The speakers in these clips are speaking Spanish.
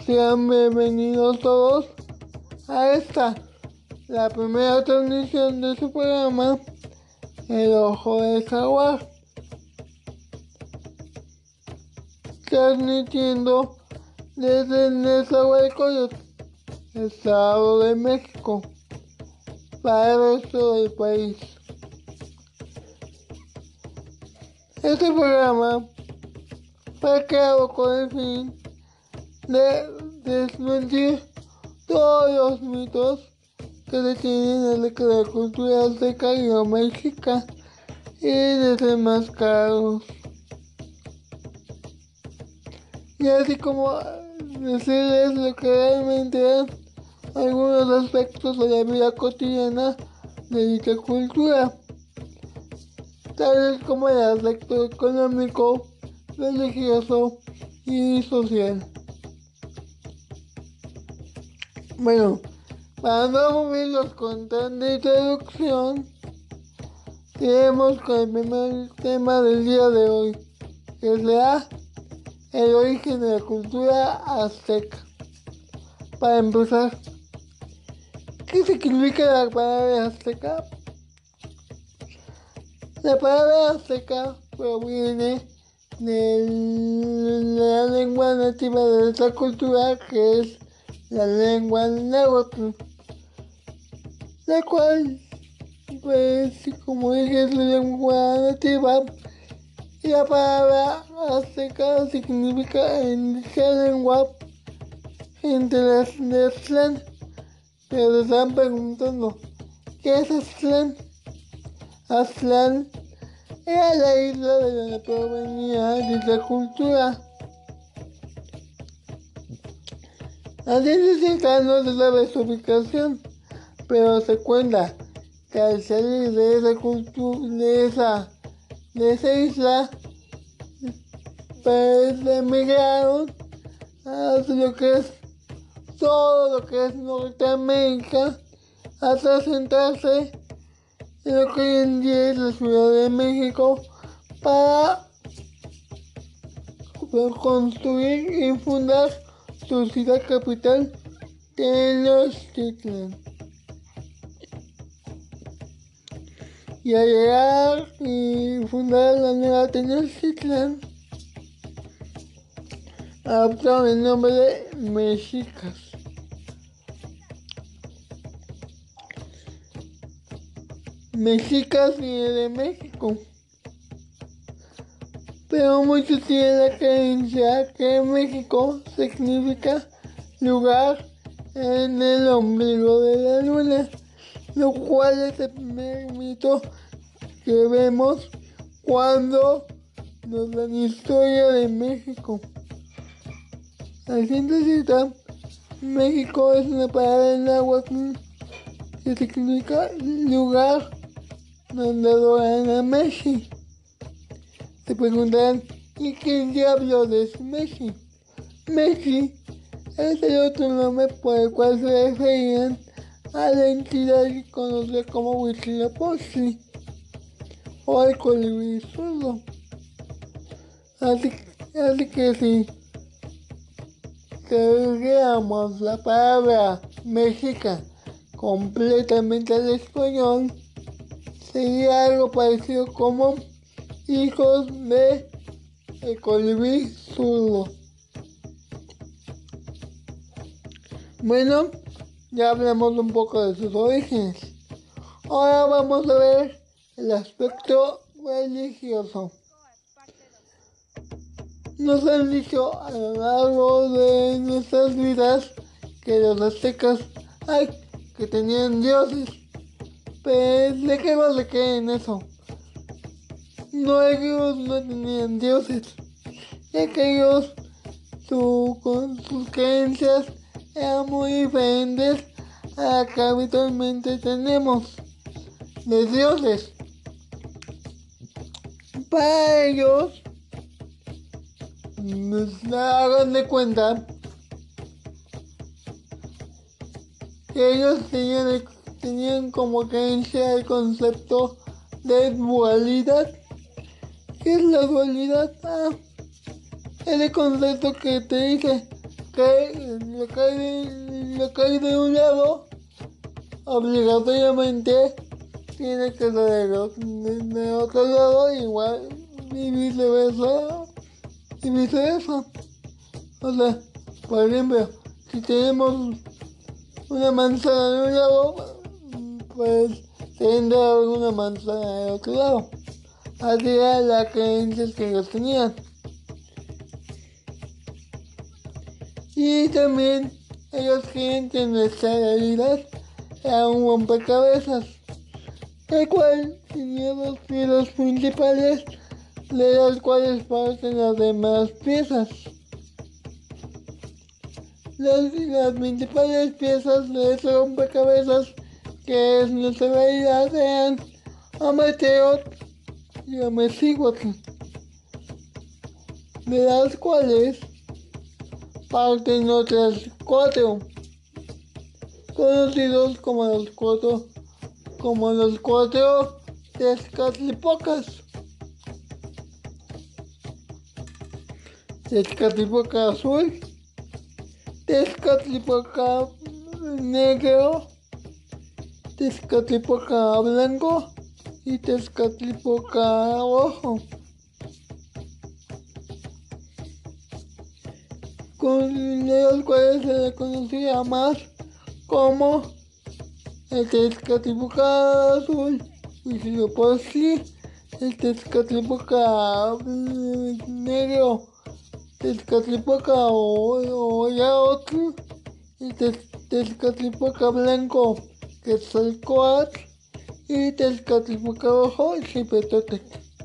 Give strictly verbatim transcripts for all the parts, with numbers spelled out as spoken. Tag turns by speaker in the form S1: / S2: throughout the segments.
S1: Sean bienvenidos todos a esta, la primera transmisión de su programa, El Ojo del Jaguar, transmitiendo desde Nezahualcóyotl, Estado de México, para el resto del país. Este programa fue creado con el fin de desmentir todos los mitos que se tienen de la cultura azteca y o mexica y desenmascararlos. Y así como decirles lo que realmente eran algunos aspectos de la vida cotidiana de dicha cultura, tales como el aspecto económico, religioso y social. Bueno, para no aburrirlos con tanta introducción, iremos con el primer tema del día de hoy, que será el origen de la cultura azteca. Para empezar, ¿qué significa la palabra azteca? La palabra azteca proviene de la lengua nativa de esta cultura, que es la lengua náhuatl, la cual, pues, como dije, es la lengua nativa, y la palabra azteca significa en dicha lengua entre las de Aztlán. Pero se están preguntando, ¿qué es Aztlán? Aztlán era la isla de donde provenía dicha cultura. A ciencia cierta no se sabe su ubicación, pero se cuenta que al salir de esa cultura, de esa, de esa isla, pues emigraron a lo que es todo lo que es Norteamérica, hasta sentarse en lo que hoy en día es la Ciudad de México, para construir y fundar su ciudad capital, Tenochtitlan. Y al llegar y fundar la nueva Tenochtitlan, adoptaron el nombre de mexicas. Mexicas viene de México, pero muchos tienen la creencia que México significa lugar en el ombligo de la luna, lo cual es el primer mito que vemos cuando nos dan historia de México. Al cita, México es una palabra en náhuatl que significa lugar donde adoran a Meshi. Se preguntarán, ¿y qué diablos es Meshi? Meshi es el otro nombre por el cual se referían a la entidad que conoce como Huitzilopochtli o el colibrí zurdo. Así, así que si traduciéramos la palabra mexica completamente al español, sería algo parecido como hijos de el colibrí zurdo. Bueno, ya hablamos un poco de sus orígenes. Ahora vamos a ver el aspecto religioso. Nos han dicho a lo largo de nuestras vidas que los aztecas, ay, que tenían dioses. Pues dejemos de creer en eso. No, ellos no tenían dioses, ya que ellos, su, con sus creencias eran muy diferentes a las que habitualmente tenemos de dioses. Para ellos, nos hagan de cuenta que ellos tenían, tenían como creencia el concepto de dualidad. ¿Qué es la dualidad? Ah, es el concepto que te dice que lo que hay de, lo que hay de un lado obligatoriamente tiene que ser de, de, de otro lado igual y viceversa y viceversa. O sea, por ejemplo, si tenemos una manzana de un lado, pues tendrá una manzana de otro lado. Así era la creencia que ellos tenían. Y también ellos creen que nuestra realidad era un rompecabezas, el cual tenía dos piezas principales, de las cuales parten las demás piezas. Las, las principales piezas de ese rompecabezas, que es nuestra realidad, eran Amaterasu y Amezcíhuatl, de las cuales parten otras cuatro, conocidos como los cuatro, como los cuatro Tezcatlipocas. Tezcatlipoca azul, Tezcatlipoca negro, Tezcatlipoca blanco y Tezcatlipoca rojo. Con los cuales se le conocía más como el Tezcatlipoca azul, Huitzilopochtli, el Tezcatlipoca negro, Tezcatlipoca Oyotl, el Tezcatlipoca blanco, Quetzalcóatl y Tezcatlipoca rojo, Xipetotec.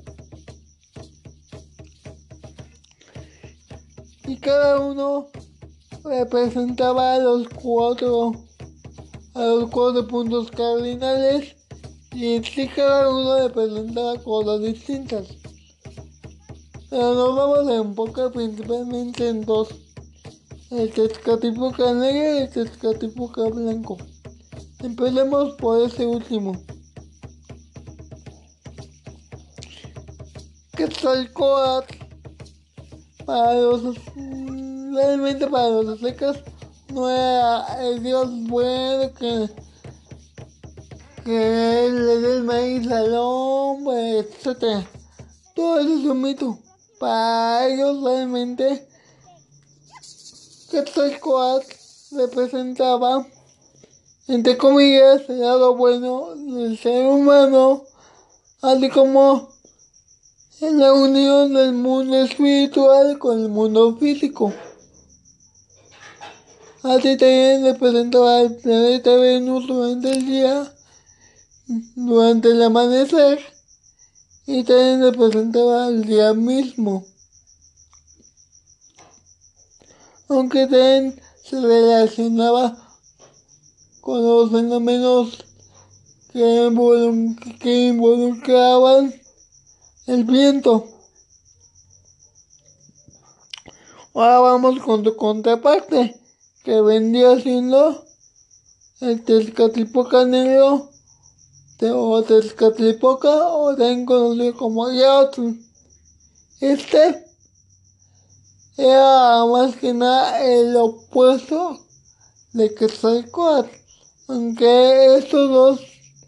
S1: Y cada uno representaba a los cuatro, a los cuatro puntos cardinales, y sí, cada uno representaba cosas distintas. Pero nos vamos a enfocar principalmente en dos: el Tezcatlipoca negro y el Tezcatlipoca blanco. Empecemos por ese último. Quetzalcóatl, para los, realmente para los aztecas, no era el dios bueno que, que le dé el maíz al hombre, etcétera. Todo eso es un mito. Para ellos realmente Quetzalcóatl representaba, entre comillas, el lado bueno del ser humano, así como en la unión del mundo espiritual con el mundo físico. Así también representaba el planeta Venus durante el día, durante el amanecer, y también representaba el día mismo. Aunque también se relacionaba con los fenómenos que, involuc que involucraban el viento. Ahora vamos con tu contraparte, que vendría siendo el Tezcatlipoca negro o Tezcatlipoca, o también conocido como Ayotl. Este era más que nada el opuesto de Quetzalcóatl, aunque estos dos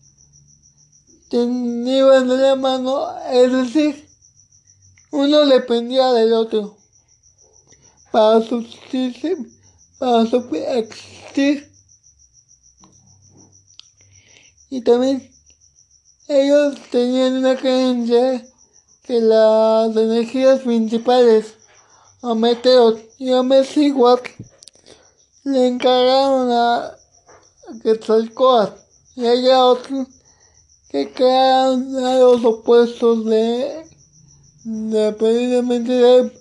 S1: iban de la mano, es decir, uno dependía del otro para subsistir, para subsistir. Y también ellos tenían una creencia que las energías principales, Amaterasu y Amezcíhuatl, le encargaron a Quetzalcóatl y a otros que crearon a los opuestos de, de precisamente de,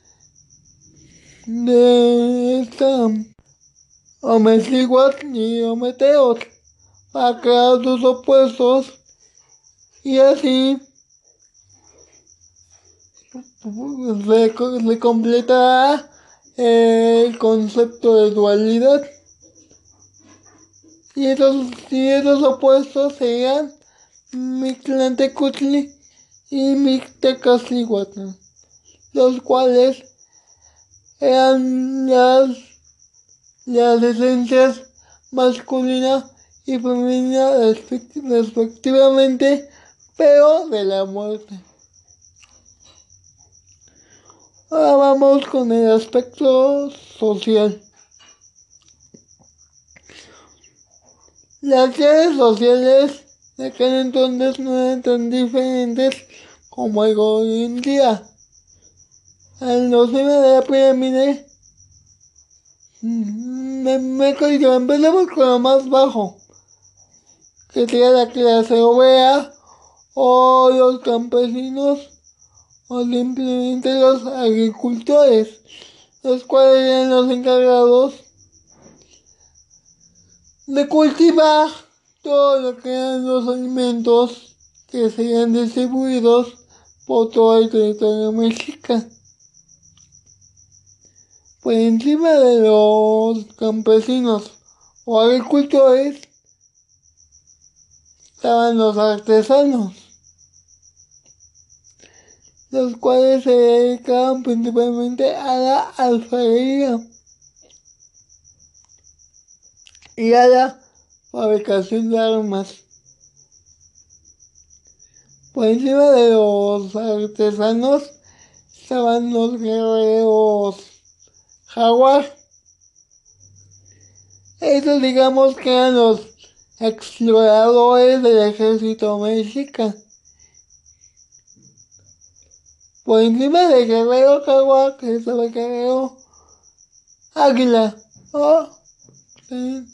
S1: de esta Amezcíhuatl y Amaterasu, para crear sus opuestos y así se, se completará el concepto de dualidad. Y esos, y esos opuestos serían Mictlantecutli y Mictecacihuatl, los cuales eran las las esencias masculina y femenina respectivamente, pero de la muerte. Ahora vamos con el aspecto social. Las redes sociales de aquel entonces no eran tan diferentes como hoy en día. Al no ser de la pirámide, me, me cayó. Empezamos con lo más bajo, que sería la clase obrera o los campesinos o simplemente los agricultores, los cuales eran los encargados de cultivar todo lo que eran los alimentos que serían distribuidos por todo el territorio mexicano. Por encima de los campesinos o agricultores estaban los artesanos, los cuales se dedicaban principalmente a la alfarería y a la fabricación de armas. Por encima de los artesanos estaban los guerreros jaguar. Estos digamos que eran los exploradores del ejército mexicano. Por encima del guerrero jaguar, que estaba el guerrero águila. Oh, sí.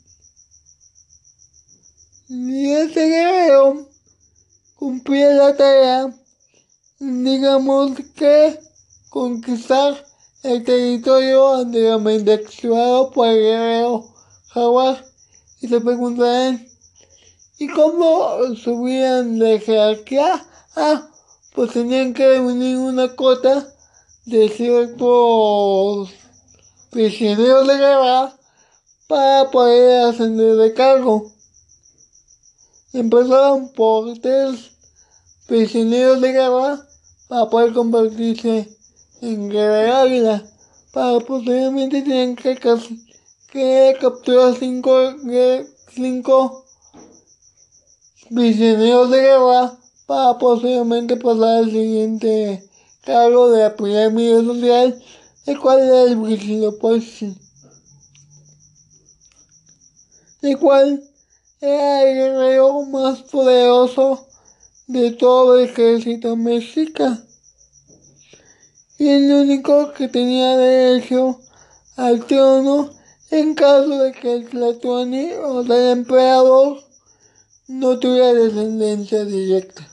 S1: Y este guerrero cumplía la tarea, digamos que conquistar el territorio anteriormente explorado por el guerrero jaguar. Y se preguntarán, ¿y cómo subían de jerarquía? Ah, pues tenían que reunir una cota de ciertos prisioneros de guerra para poder ascender de cargo. Empezaron por tres prisioneros de guerra para poder convertirse en guerrero águila, para posteriormente tenían que, que capturar cinco, cinco prisioneros de guerra para posteriormente pasar al siguiente cargo de la pirámide social, el cual era el Huitzilopochtli, el cual era el guerrero más poderoso de todo el ejército mexica y el único que tenía derecho al trono en caso de que el Tlatoani, o sea, el emperador, no tuviera descendencia directa.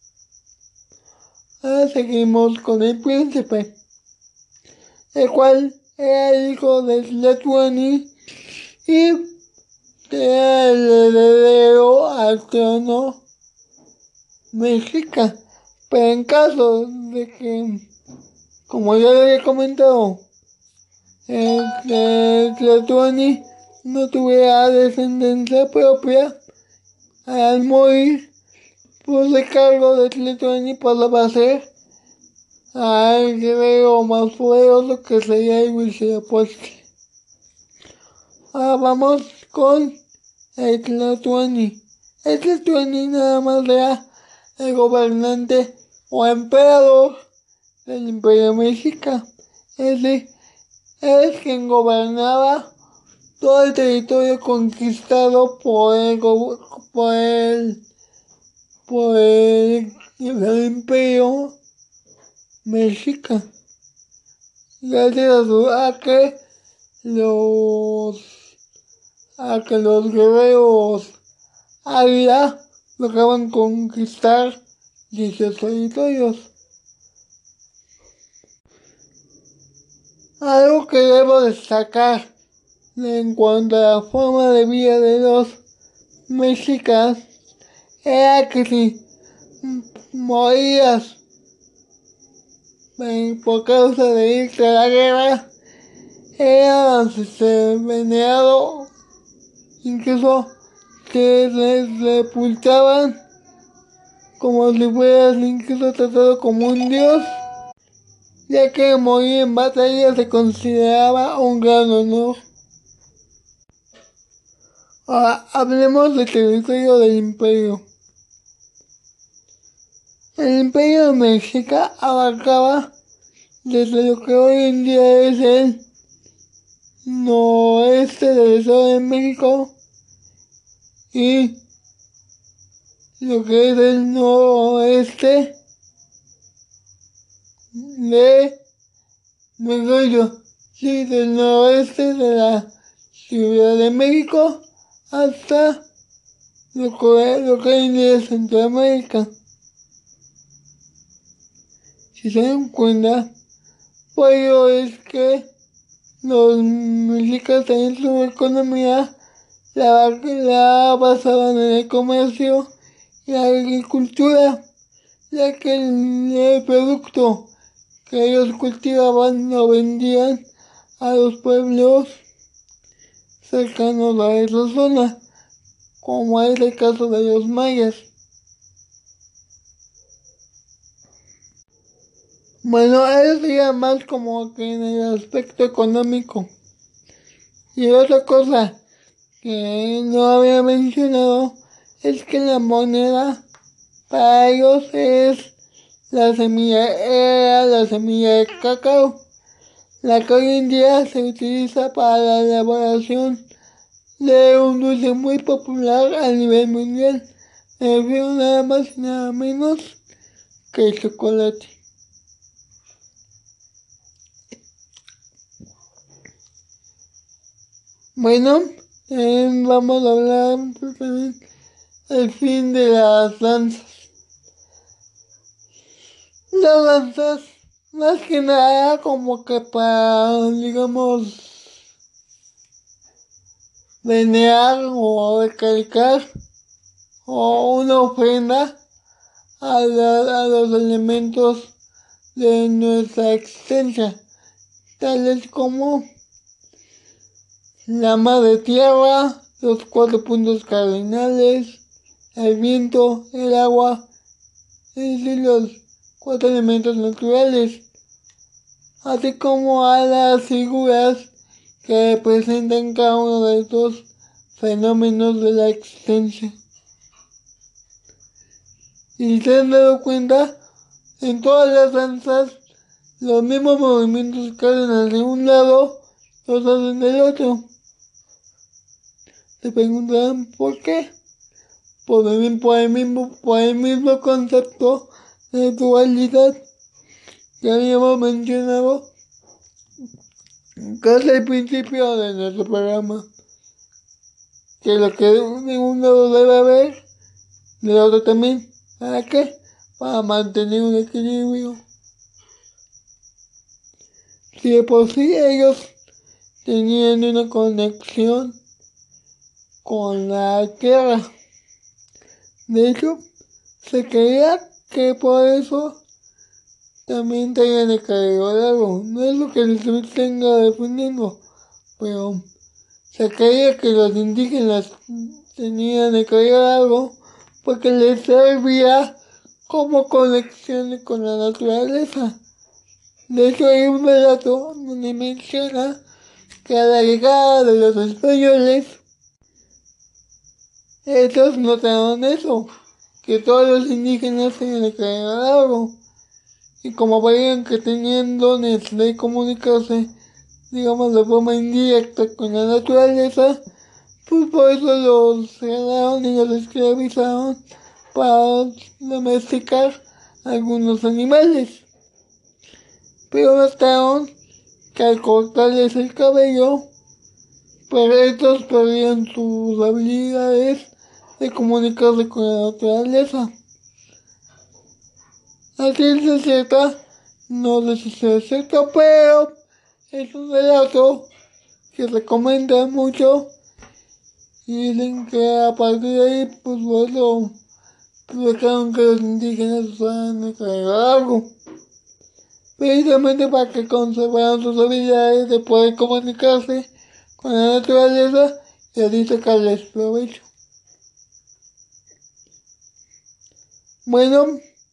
S1: Ahora seguimos con el príncipe, el cual era hijo de Tlatoani y era el heredero al trono mexica. Pero en caso de que, como ya lo había comentado, el, el Tlatoani no tuviera descendencia propia, al morir, pues el cargo de Tlatoani pasaba a ser al guerrero más poderoso, que sería el Huitzilopochtli. Ahora vamos con el Tlatoani. El Tlatoani nada más era el gobernante o emperador del Imperio Mexica. Es decir, es quien gobernaba todo el territorio conquistado por el, por el, por el, el Imperio Mexica. Gracias a, su, a que los a que los guerreros águila lograban conquistar dichos territorios. Algo que debo destacar en cuanto a la forma de vida de los mexicas era que si morías por causa de irte a la guerra, era venerado, incluso que les sepultaban como si fueras incluso tratado como un dios, ya que morir en batalla se consideraba un gran honor. Ahora hablemos del territorio del imperio. El imperio mexica abarcaba desde lo que hoy en día es el noroeste del Estado de México y lo que es el noroeste de, mejor dicho, sí, del noroeste de la Ciudad de México hasta lo que, lo que hoy en día es Centroamérica. Si se dan cuenta, por ello es que los mexicas en su economía la, la basaban en el comercio y la agricultura, ya que el, el producto que ellos cultivaban lo vendían a los pueblos cercanos a esa zona, como es el caso de los mayas. Bueno, eso sería más como que en el aspecto económico. Y otra cosa que no había mencionado es que la moneda para ellos es la semilla, era la semilla de cacao, la que hoy en día se utiliza para la elaboración de un dulce muy popular a nivel mundial. Me refiero nada más y nada menos que el chocolate. Bueno, eh, vamos a hablar pues, también del fin de las danzas. Las danzas, más que nada, como que para, digamos, venerar o recalcar o una ofrenda a, la, a los elementos de nuestra existencia, tales como la madre tierra, los cuatro puntos cardinales, el viento, el agua, es decir, los cuatro elementos naturales, así como a las figuras que representan cada uno de estos fenómenos de la existencia. Y si se han dado cuenta, en todas las danzas, los mismos movimientos que hacen de un lado, los hacen del otro. Se preguntarán por qué. Por el, por el, mismo, por el mismo concepto de dualidad que habíamos mencionado casi al principio de nuestro programa. Que lo que de un lado debe haber, del otro también. ¿Para qué? Para mantener un equilibrio. Si de por sí ellos tenían una conexión con la tierra. De hecho, se creía que por eso también tenían el cabello largo. No es lo que les venga defendiendo, pero se creía que los indígenas tenían el cabello largo porque les servía como conexión con la naturaleza. De hecho, hay un relato donde menciona que a la llegada de los españoles, ellos notaron eso, que todos los indígenas tenían el cabello largo. Y como veían que tenían dones de comunicarse, digamos, de forma indirecta con la naturaleza, pues por eso los ganaron y los esclavizaron para domesticar algunos animales. Pero notaron que al cortarles el cabello, pues estos perdían sus habilidades de comunicarse con la naturaleza. A ciencia cierta, no sé si sea cierto, pero es un relato que se comenta mucho y dicen que a partir de ahí, pues por eso dejaron que los indígenas usaran el cabello largo, precisamente para que conservaran sus habilidades de poder comunicarse con la naturaleza y así sacarles provecho. Bueno,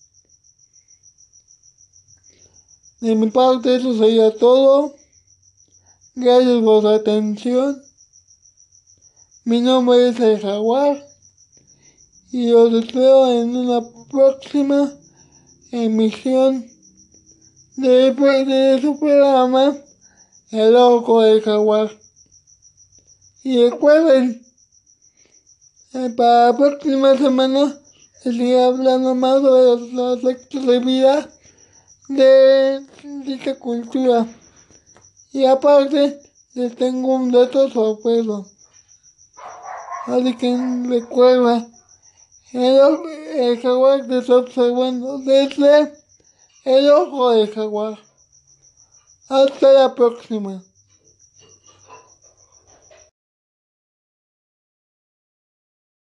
S1: de mi parte eso sería todo. Gracias por su atención. Mi nombre es el Jaguar y los espero en una próxima emisión de, de su programa El Ojo del Jaguar. Y recuerden, eh, para la próxima semana estoy hablando más sobre los, los aspectos de vida de dicha cultura. Y aparte, les tengo un dato sorpresa. Así que recuerda, el, el jaguar te está observando desde el ojo del jaguar. Hasta la próxima.